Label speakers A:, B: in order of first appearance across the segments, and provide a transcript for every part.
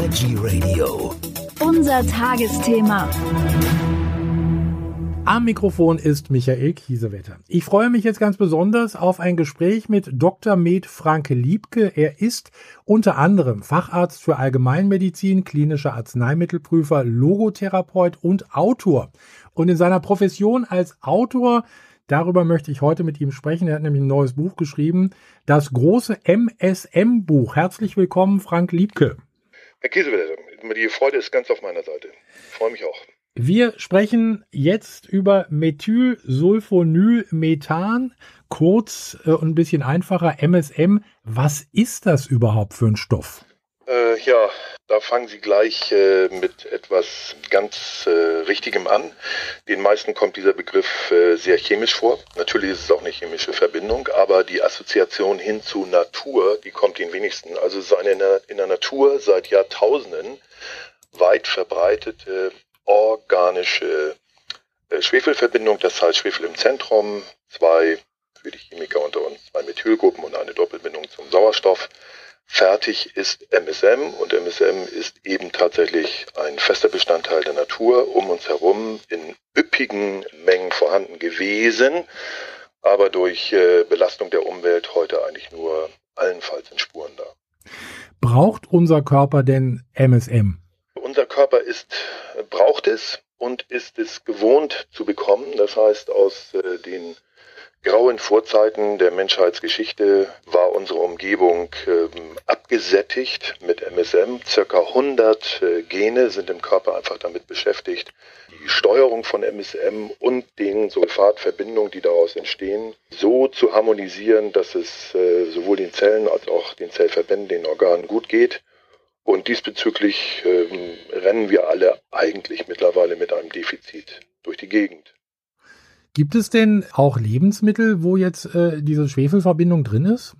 A: Energy Radio.
B: Unser Tagesthema.
C: Am Mikrofon ist Michael Kiesewetter. Ich freue mich jetzt ganz besonders auf ein Gespräch mit Dr. Med. Frank Liebke. Er ist unter anderem Facharzt für Allgemeinmedizin, klinischer Arzneimittelprüfer, Logotherapeut und Autor. Und in seiner Profession als Autor, darüber möchte ich heute mit ihm sprechen. Er hat nämlich ein neues Buch geschrieben, das große MSM-Buch. Herzlich willkommen, Frank Liebke.
D: Herr Kiesewetter, die Freude ist ganz auf meiner Seite. Ich freue mich auch.
C: Wir sprechen jetzt über Methylsulfonylmethan, kurz und ein bisschen einfacher MSM. Was ist das überhaupt für ein Stoff?
D: Ja, da fangen Sie gleich mit etwas ganz Richtigem an. Den meisten kommt dieser Begriff sehr chemisch vor. Natürlich ist es auch eine chemische Verbindung, aber die Assoziation hin zu Natur, die kommt den wenigsten. Also es ist eine in der Natur seit Jahrtausenden weit verbreitete organische Schwefelverbindung. Das heißt Schwefel im Zentrum, zwei, für die Chemiker unter uns, zwei Methylgruppen und eine Doppelbindung zum Sauerstoff. Fertig ist MSM und MSM ist eben tatsächlich ein fester Bestandteil der Natur um uns herum in üppigen Mengen vorhanden gewesen, aber durch Belastung der Umwelt heute eigentlich nur allenfalls in Spuren da.
C: Braucht unser Körper denn MSM?
D: Unser Körper braucht es und ist es gewohnt zu bekommen. Das heißt, aus den grauen Vorzeiten der Menschheitsgeschichte war unsere Umgebung abgesättigt mit MSM. Circa 100 Gene sind im Körper einfach damit beschäftigt, die Steuerung von MSM und den Sulfatverbindungen, die daraus entstehen, so zu harmonisieren, dass es sowohl den Zellen als auch den Zellverbänden, den Organen gut geht. Und diesbezüglich rennen wir alle eigentlich mittlerweile mit einem Defizit durch die Gegend.
C: Gibt es denn auch Lebensmittel, wo jetzt diese Schwefelverbindung drin ist?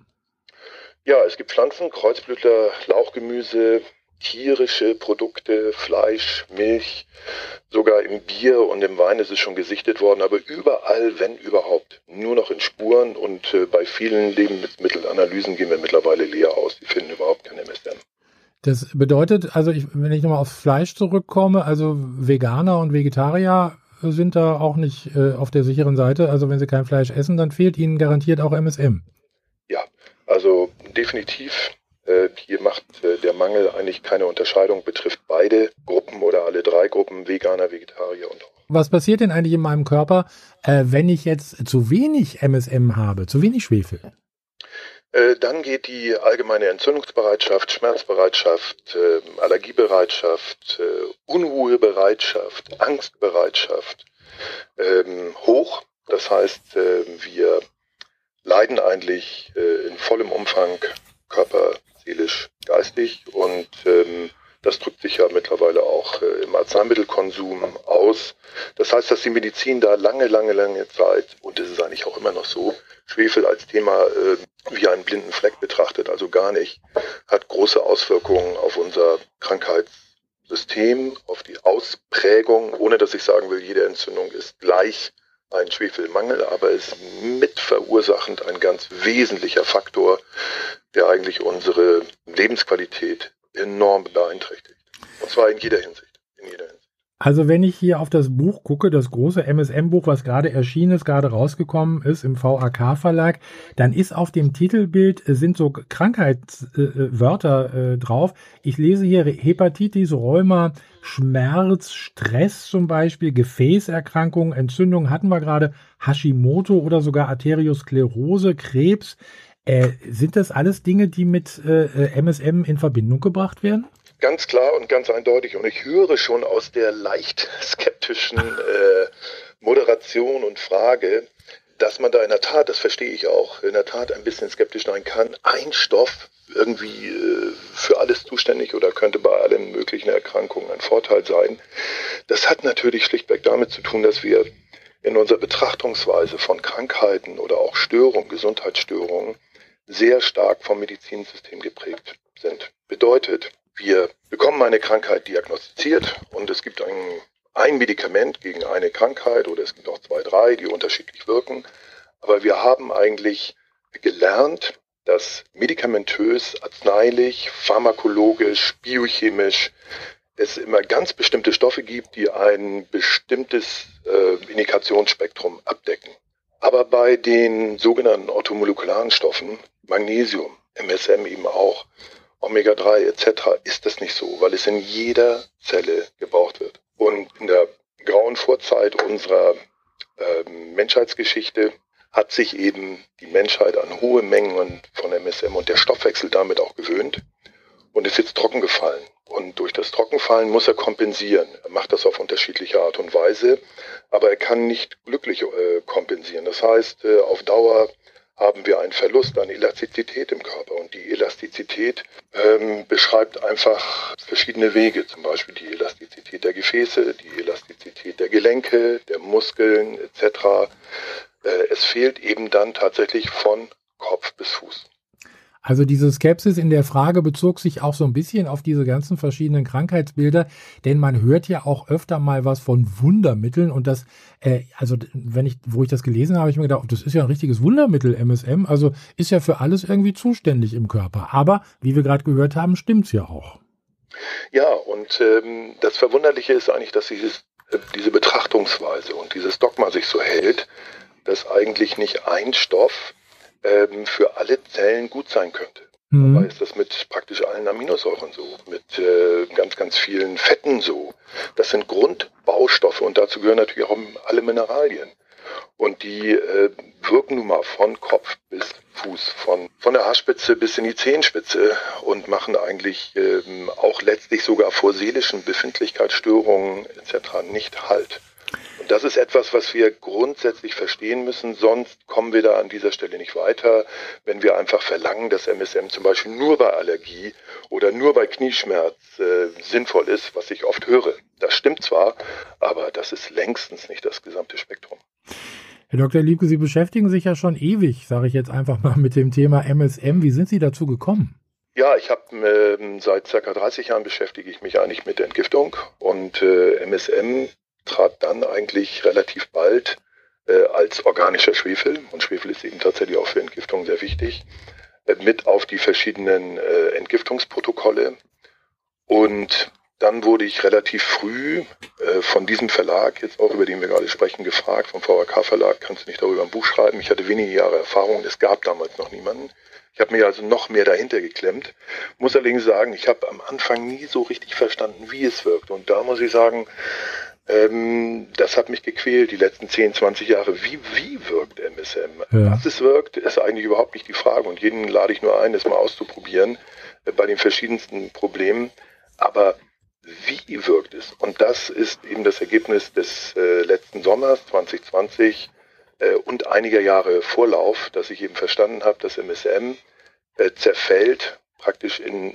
D: Ja, es gibt Pflanzen, Kreuzblütler, Lauchgemüse, tierische Produkte, Fleisch, Milch, sogar im Bier und im Wein ist es schon gesichtet worden, aber überall, wenn überhaupt, nur noch in Spuren und bei vielen Lebensmittelanalysen gehen wir mittlerweile leer aus. Die finden überhaupt kein MSM.
C: Das bedeutet, also wenn ich nochmal aufs Fleisch zurückkomme, also Veganer und Vegetarier sind da auch nicht auf der sicheren Seite. Also wenn sie kein Fleisch essen, dann fehlt ihnen garantiert auch MSM.
D: Ja, also definitiv. Hier macht der Mangel eigentlich keine Unterscheidung, betrifft beide Gruppen oder alle drei Gruppen, Veganer, Vegetarier und auch.
C: Was passiert denn eigentlich in meinem Körper, wenn ich jetzt zu wenig MSM habe, zu wenig Schwefel?
D: Dann geht die allgemeine Entzündungsbereitschaft, Schmerzbereitschaft, Allergiebereitschaft, Unruhebereitschaft, Angstbereitschaft hoch. Das heißt, wir leiden eigentlich in vollem Umfang, Körper, seelisch, geistig und das drückt sich ja mittlerweile auch im Arzneimittelkonsum aus. Das heißt, dass die Medizin da lange Zeit, und es ist eigentlich auch immer noch so, Schwefel als Thema wie einen blinden Fleck betrachtet, also gar nicht, hat große Auswirkungen auf unser Krankheitssystem, auf die Ausprägung, ohne dass ich sagen will, jede Entzündung ist gleich ein Schwefelmangel, aber ist mitverursachend ein ganz wesentlicher Faktor, der eigentlich unsere Lebensqualität enorm beeinträchtigt. Und zwar in jeder Hinsicht.
C: Also wenn ich hier auf das Buch gucke, das große MSM-Buch, was gerade erschienen ist, gerade rausgekommen ist im VAK-Verlag, dann ist auf dem Titelbild, sind so Krankheitswörter drauf. Ich lese hier Hepatitis, Rheuma, Schmerz, Stress zum Beispiel, Gefäßerkrankungen, Entzündungen hatten wir gerade, Hashimoto oder sogar Arteriosklerose, Krebs. Sind das alles Dinge, die mit MSM in Verbindung gebracht werden?
D: Ganz klar und ganz eindeutig. Und ich höre schon aus der leicht skeptischen Moderation und Frage, dass man da in der Tat, das verstehe ich auch, in der Tat ein bisschen skeptisch sein kann. Ein Stoff irgendwie für alles zuständig oder könnte bei allen möglichen Erkrankungen ein Vorteil sein. Das hat natürlich schlichtweg damit zu tun, dass wir in unserer Betrachtungsweise von Krankheiten oder auch Störungen, Gesundheitsstörungen, sehr stark vom Medizinsystem geprägt sind. Bedeutet, wir bekommen eine Krankheit diagnostiziert und es gibt ein Medikament gegen eine Krankheit oder es gibt auch 2, 3, die unterschiedlich wirken. Aber wir haben eigentlich gelernt, dass medikamentös, arzneilich, pharmakologisch, biochemisch es immer ganz bestimmte Stoffe gibt, die ein bestimmtes Indikationsspektrum abdecken. Aber bei den sogenannten orthomolekularen Stoffen, Magnesium, MSM eben auch, Omega-3 etc., ist das nicht so, weil es in jeder Zelle gebraucht wird. Und in der grauen Vorzeit unserer Menschheitsgeschichte hat sich eben die Menschheit an hohe Mengen von MSM und der Stoffwechsel damit auch gewöhnt und ist jetzt trocken gefallen. Und durch das Trockenfallen muss er kompensieren. Er macht das auf unterschiedliche Art und Weise, aber er kann nicht glücklich kompensieren. Das heißt, auf Dauer haben wir einen Verlust an Elastizität im Körper. Und die Elastizität beschreibt einfach verschiedene Wege, zum Beispiel die Elastizität der Gefäße, die Elastizität der Gelenke, der Muskeln etc. Es fehlt eben dann tatsächlich von Kopf bis Fuß.
C: Also diese Skepsis in der Frage bezog sich auch so ein bisschen auf diese ganzen verschiedenen Krankheitsbilder, denn man hört ja auch öfter mal was von Wundermitteln und das, wo ich das gelesen habe, habe ich mir gedacht, das ist ja ein richtiges Wundermittel, MSM, also ist ja für alles irgendwie zuständig im Körper. Aber wie wir gerade gehört haben, stimmt's ja auch.
D: Ja, und das Verwunderliche ist eigentlich, dass diese Betrachtungsweise und dieses Dogma sich so hält, dass eigentlich nicht ein Stoff für alle Zellen gut sein könnte. Dabei ist das mit praktisch allen Aminosäuren so, mit ganz, ganz vielen Fetten so. Das sind Grundbaustoffe und dazu gehören natürlich auch alle Mineralien. Und die wirken nun mal von Kopf bis Fuß, von der Haarspitze bis in die Zehenspitze und machen eigentlich auch letztlich sogar vor seelischen Befindlichkeitsstörungen etc. nicht Halt. Und das ist etwas, was wir grundsätzlich verstehen müssen, sonst kommen wir da an dieser Stelle nicht weiter, wenn wir einfach verlangen, dass MSM zum Beispiel nur bei Allergie oder nur bei Knieschmerz sinnvoll ist, was ich oft höre. Das stimmt zwar, aber das ist längstens nicht das gesamte Spektrum.
C: Herr Dr. Liebke, Sie beschäftigen sich ja schon ewig, sage ich jetzt einfach mal, mit dem Thema MSM. Wie sind Sie dazu gekommen?
D: Ja, ich habe seit ca. 30 Jahren beschäftige ich mich eigentlich mit Entgiftung und MSM trat dann eigentlich relativ bald als organischer Schwefel, und Schwefel ist eben tatsächlich auch für Entgiftung sehr wichtig, mit auf die verschiedenen Entgiftungsprotokolle. Und dann wurde ich relativ früh von diesem Verlag, jetzt auch über den wir gerade sprechen, gefragt, vom VHK-Verlag, kannst du nicht darüber ein Buch schreiben? Ich hatte wenige Jahre Erfahrung, es gab damals noch niemanden. Ich habe mir also noch mehr dahinter geklemmt. Muss allerdings sagen, ich habe am Anfang nie so richtig verstanden, wie es wirkt. Und da muss ich sagen, das hat mich gequält, die letzten 10, 20 Jahre. Wie wirkt MSM? Ja. Was es wirkt, ist eigentlich überhaupt nicht die Frage. Und jeden lade ich nur ein, das mal auszuprobieren, bei den verschiedensten Problemen. Aber wie wirkt es? Und das ist eben das Ergebnis des letzten Sommers 2020 und einiger Jahre Vorlauf, dass ich eben verstanden habe, dass MSM zerfällt praktisch in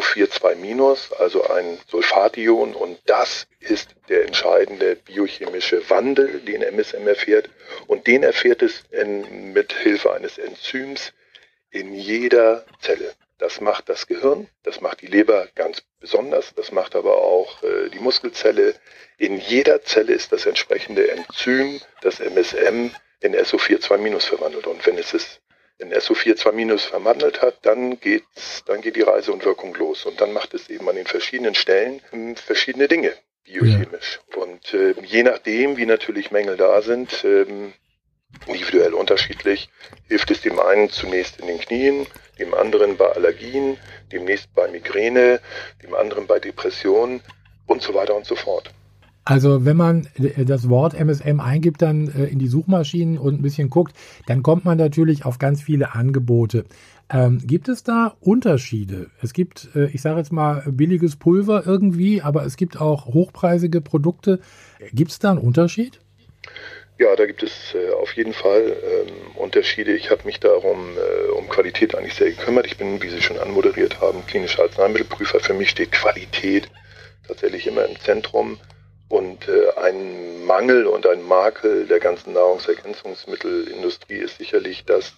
D: SO4-2-, also ein Sulfation, und das ist der entscheidende biochemische Wandel, den MSM erfährt, und den erfährt es mit Hilfe eines Enzyms in jeder Zelle. Das macht das Gehirn, das macht die Leber ganz besonders, das macht aber auch die Muskelzelle. In jeder Zelle ist das entsprechende Enzym, das MSM in SO4-2- verwandelt, und wenn es in SO4-2- verwandelt hat, dann geht die Reise und Wirkung los. Und dann macht es eben an den verschiedenen Stellen verschiedene Dinge, biochemisch. Ja. Und je nachdem, wie natürlich Mängel da sind, individuell unterschiedlich, hilft es dem einen zunächst in den Knien, dem anderen bei Allergien, demnächst bei Migräne, dem anderen bei Depressionen und so weiter und so fort.
C: Also wenn man das Wort MSM eingibt, dann in die Suchmaschinen und ein bisschen guckt, dann kommt man natürlich auf ganz viele Angebote. Gibt es da Unterschiede? Es gibt, ich sage jetzt mal, billiges Pulver irgendwie, aber es gibt auch hochpreisige Produkte. Gibt es da einen Unterschied?
D: Ja, da gibt es auf jeden Fall Unterschiede. Ich habe mich darum um Qualität eigentlich sehr gekümmert. Ich bin, wie Sie schon anmoderiert haben, klinischer Arzneimittelprüfer. Für mich steht Qualität tatsächlich immer im Zentrum. Und ein Mangel und ein Makel der ganzen Nahrungsergänzungsmittelindustrie ist sicherlich, dass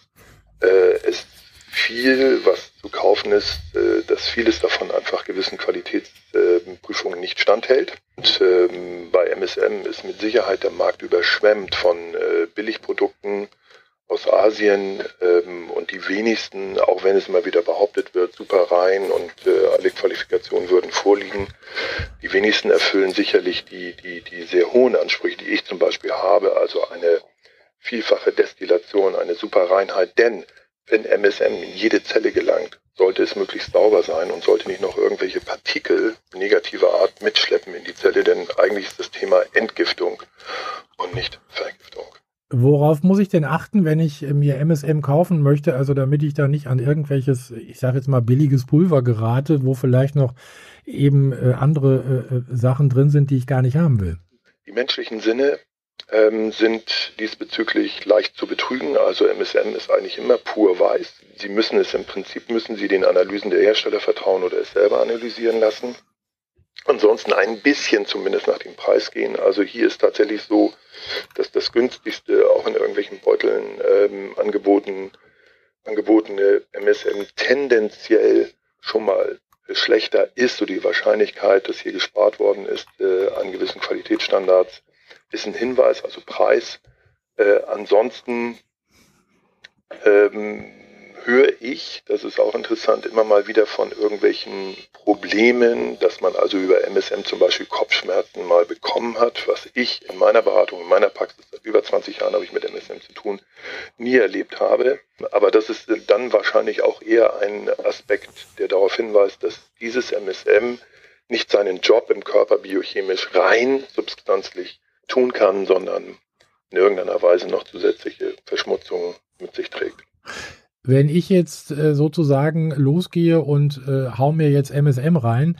D: es viel, was zu kaufen ist, dass vieles davon einfach gewissen Qualitätsprüfungen nicht standhält. Und bei MSM ist mit Sicherheit der Markt überschwemmt von Billigprodukten aus aus Asien und die wenigsten, auch wenn es immer wieder behauptet wird, super rein und alle Qualifikationen würden vorliegen, die wenigsten erfüllen sicherlich die sehr hohen Ansprüche, die ich zum Beispiel habe, also eine vielfache Destillation, eine super Reinheit, denn wenn MSM in jede Zelle gelangt, sollte es möglichst sauber sein und sollte nicht noch irgendwelche Partikel negativer Art mitschleppen in die Zelle, denn eigentlich ist das Thema Entgiftung und nicht Vergiftung.
C: Worauf muss ich denn achten, wenn ich mir MSM kaufen möchte, also damit ich da nicht an irgendwelches, ich sage jetzt mal billiges Pulver gerate, wo vielleicht noch eben andere Sachen drin sind, die ich gar nicht haben will?
D: Die menschlichen Sinne sind diesbezüglich leicht zu betrügen. Also MSM ist eigentlich immer pur weiß. Müssen Sie den Analysen der Hersteller vertrauen oder es selber analysieren lassen. Ansonsten ein bisschen zumindest nach dem Preis gehen. Also hier ist tatsächlich so, dass das günstigste auch in irgendwelchen Beuteln angebotene MSM tendenziell schon mal schlechter ist. So die Wahrscheinlichkeit, dass hier gespart worden ist an gewissen Qualitätsstandards, ist ein Hinweis, also Preis. Ansonsten höre ich, das ist auch interessant, immer mal wieder von irgendwelchen Problemen, dass man also über MSM zum Beispiel Kopfschmerzen mal bekommen hat, was ich in meiner Beratung, in meiner Praxis, seit über 20 Jahren habe ich mit MSM zu tun, nie erlebt habe. Aber das ist dann wahrscheinlich auch eher ein Aspekt, der darauf hinweist, dass dieses MSM nicht seinen Job im Körper biochemisch rein substanzlich tun kann, sondern in irgendeiner Weise noch zusätzliche Verschmutzungen mit sich trägt.
C: Wenn ich jetzt sozusagen losgehe und hau mir jetzt MSM rein,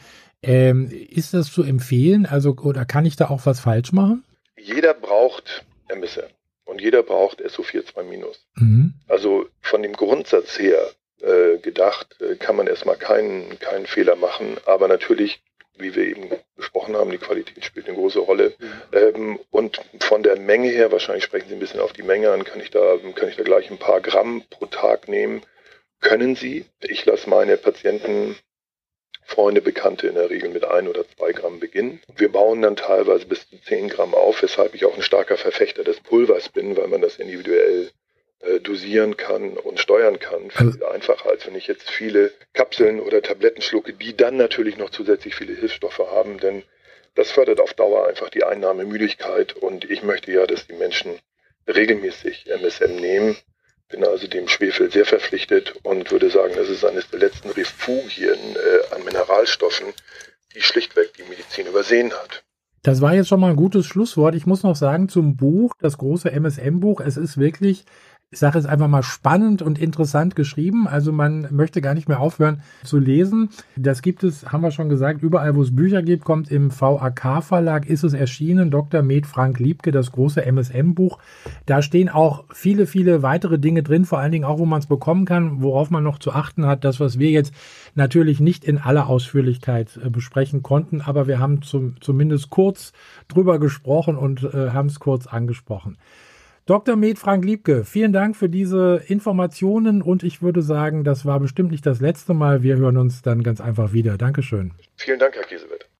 C: ist das zu empfehlen? Also, oder kann ich da auch was falsch machen?
D: Jeder braucht MSM und jeder braucht SO42-. Also von dem Grundsatz her gedacht, kann man erstmal keinen Fehler machen, aber natürlich, wie wir eben besprochen haben, die Qualität spielt eine große Rolle. Und von der Menge her, wahrscheinlich sprechen Sie ein bisschen auf die Menge an, kann ich da gleich ein paar Gramm pro Tag nehmen. Können Sie. Ich lasse meine Patienten, Freunde, Bekannte in der Regel mit 1 oder 2 Gramm beginnen. Wir bauen dann teilweise bis zu 10 Gramm auf, weshalb ich auch ein starker Verfechter des Pulvers bin, weil man das individuell dosieren kann und steuern kann. Viel einfacher, als wenn ich jetzt viele Kapseln oder Tabletten schlucke, die dann natürlich noch zusätzlich viele Hilfsstoffe haben, denn das fördert auf Dauer einfach die Einnahmemüdigkeit und ich möchte ja, dass die Menschen regelmäßig MSM nehmen. Bin also dem Schwefel sehr verpflichtet und würde sagen, das ist eines der letzten Refugien an Mineralstoffen, die schlichtweg die Medizin übersehen hat.
C: Das war jetzt schon mal ein gutes Schlusswort. Ich muss noch sagen zum Buch, das große MSM-Buch, es ist wirklich, ich sage jetzt einfach mal, spannend und interessant geschrieben. Also man möchte gar nicht mehr aufhören zu lesen. Das gibt es, haben wir schon gesagt, überall, wo es Bücher gibt, kommt im VAK-Verlag, ist es erschienen, Dr. Med Frank Liebke, das große MSM-Buch. Da stehen auch viele, viele weitere Dinge drin, vor allen Dingen auch, wo man es bekommen kann, worauf man noch zu achten hat. Das, was wir jetzt natürlich nicht in aller Ausführlichkeit besprechen konnten, aber wir haben zumindest kurz drüber gesprochen und haben es kurz angesprochen. Dr. Med Frank Liebke, vielen Dank für diese Informationen und ich würde sagen, das war bestimmt nicht das letzte Mal. Wir hören uns dann ganz einfach wieder. Dankeschön.
D: Vielen Dank, Herr Kiesewetter.